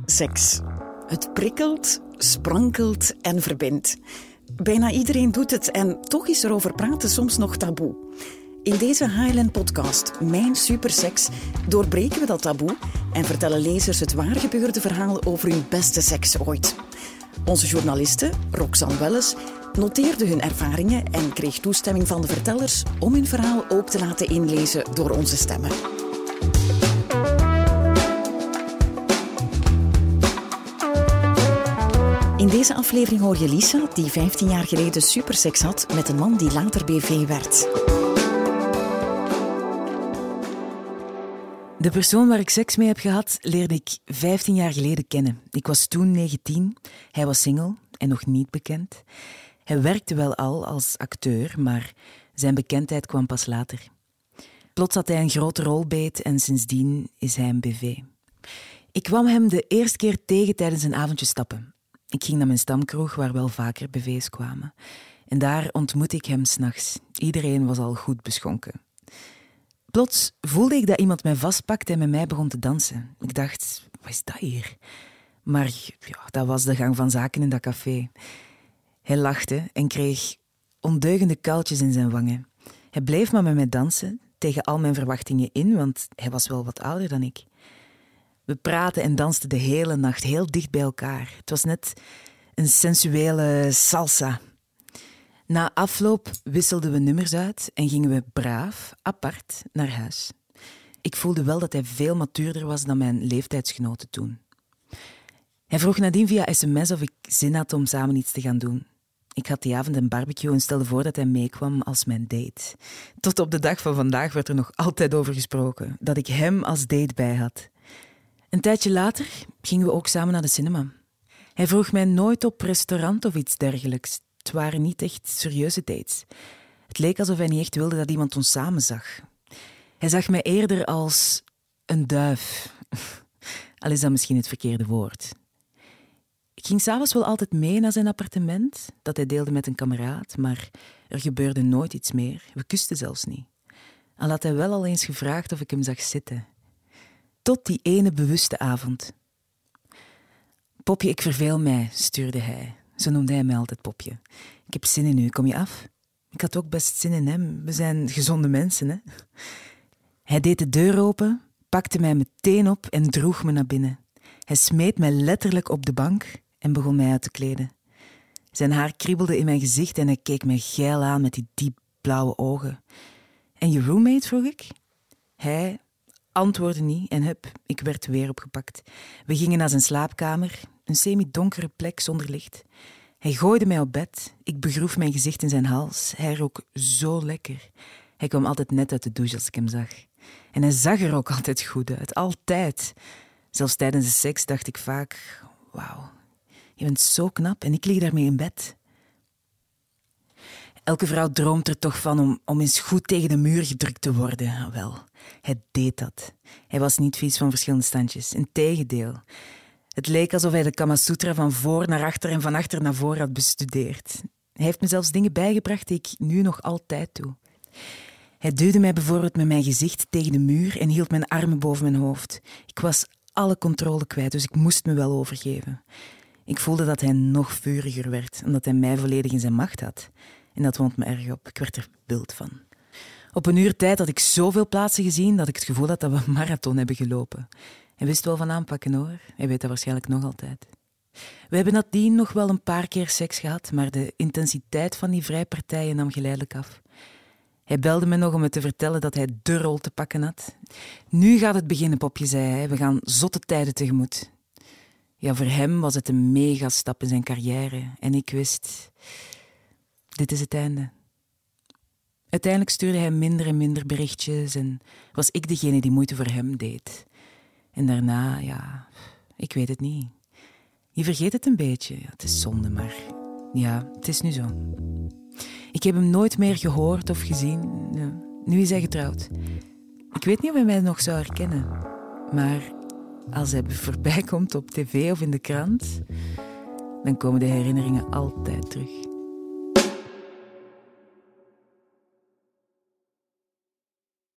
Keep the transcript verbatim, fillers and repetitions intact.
Seks. Het prikkelt, sprankelt en verbindt. Bijna iedereen doet het en toch is er over praten soms nog taboe. In deze Highland-podcast, Mijn Superseks, doorbreken we dat taboe en vertellen lezers het waargebeurde verhaal over hun beste seks ooit. Onze journaliste, Roxanne Welles, noteerde hun ervaringen en kreeg toestemming van de vertellers om hun verhaal ook te laten inlezen door onze stemmen. In deze aflevering hoor je Lisa, die vijftien jaar geleden superseks had met een man die later B V werd. De persoon waar ik seks mee heb gehad, leerde ik vijftien jaar geleden kennen. Ik was toen negentien, hij was single en nog niet bekend. Hij werkte wel al als acteur, maar zijn bekendheid kwam pas later. Plots had hij een grote rol beet en sindsdien is hij een B V. Ik kwam hem de eerste keer tegen tijdens een avondje stappen. Ik ging naar mijn stamkroeg, waar wel vaker B V's kwamen. En daar ontmoette ik hem 's nachts. Iedereen was al goed beschonken. Plots voelde ik dat iemand mij vastpakte en met mij begon te dansen. Ik dacht, wat is dat hier? Maar ja, dat was de gang van zaken in dat café. Hij lachte en kreeg ondeugende kuiltjes in zijn wangen. Hij bleef maar met mij dansen, tegen al mijn verwachtingen in, want hij was wel wat ouder dan ik. We praten en dansten de hele nacht heel dicht bij elkaar. Het was net een sensuele salsa. Na afloop wisselden we nummers uit en gingen we braaf, apart, naar huis. Ik voelde wel dat hij veel matuurder was dan mijn leeftijdsgenoten toen. Hij vroeg nadien via sms of ik zin had om samen iets te gaan doen. Ik had die avond een barbecue en stelde voor dat hij meekwam als mijn date. Tot op de dag van vandaag werd er nog altijd over gesproken, dat ik hem als date bij had. Een tijdje later gingen we ook samen naar de cinema. Hij vroeg mij nooit op restaurant of iets dergelijks. Het waren niet echt serieuze dates. Het leek alsof hij niet echt wilde dat iemand ons samen zag. Hij zag mij eerder als een duif. Al is dat misschien het verkeerde woord. Ik ging s'avonds wel altijd mee naar zijn appartement, dat hij deelde met een kameraad, maar er gebeurde nooit iets meer. We kusten zelfs niet. Al had hij wel al eens gevraagd of ik hem zag zitten. Tot die ene bewuste avond. Popje, ik verveel mij, stuurde hij. Zo noemde hij mij altijd Popje. Ik heb zin in u, kom je af? Ik had ook best zin in hem. We zijn gezonde mensen, hè? Hij deed de deur open, pakte mij meteen op en droeg me naar binnen. Hij smeet mij letterlijk op de bank en begon mij uit te kleden. Zijn haar kriebelde in mijn gezicht en hij keek mij geil aan met die diep blauwe ogen. En je roommate, vroeg ik? Hij antwoordde niet en hup, ik werd weer opgepakt. We gingen naar zijn slaapkamer, een semi-donkere plek zonder licht. Hij gooide mij op bed, ik begroef mijn gezicht in zijn hals. Hij rook zo lekker. Hij kwam altijd net uit de douche als ik hem zag. En hij zag er ook altijd goed uit, altijd. Zelfs tijdens de seks dacht ik vaak, wauw, je bent zo knap en ik lig daarmee in bed. Elke vrouw droomt er toch van om, om eens goed tegen de muur gedrukt te worden. Wel, hij deed dat. Hij was niet vies van verschillende standjes. Integendeel. Het leek alsof hij de Kama Sutra van voor naar achter en van achter naar voor had bestudeerd. Hij heeft me zelfs dingen bijgebracht die ik nu nog altijd doe. Hij duwde mij bijvoorbeeld met mijn gezicht tegen de muur en hield mijn armen boven mijn hoofd. Ik was alle controle kwijt, dus ik moest me wel overgeven. Ik voelde dat hij nog vuriger werd, omdat hij mij volledig in zijn macht had. En dat wond me erg op. Ik werd er wild van. Op een uur tijd had ik zoveel plaatsen gezien dat ik het gevoel had dat we een marathon hebben gelopen. Hij wist wel van aanpakken, hoor. Hij weet dat waarschijnlijk nog altijd. We hebben nadien nog wel een paar keer seks gehad, maar de intensiteit van die vrijpartijen nam geleidelijk af. Hij belde me nog om me te vertellen dat hij de rol te pakken had. Nu gaat het beginnen, Popje, zei hij. We gaan zotte tijden tegemoet. Ja, voor hem was het een megastap in zijn carrière. En ik wist, dit is het einde. Uiteindelijk stuurde hij minder en minder berichtjes en was ik degene die moeite voor hem deed. En daarna, ja, ik weet het niet. Je vergeet het een beetje. Ja, het is zonde, maar ja, het is nu zo. Ik heb hem nooit meer gehoord of gezien. Ja, nu is hij getrouwd. Ik weet niet of hij mij nog zou herkennen. Maar als hij voorbij komt op tv of in de krant, dan komen de herinneringen altijd terug.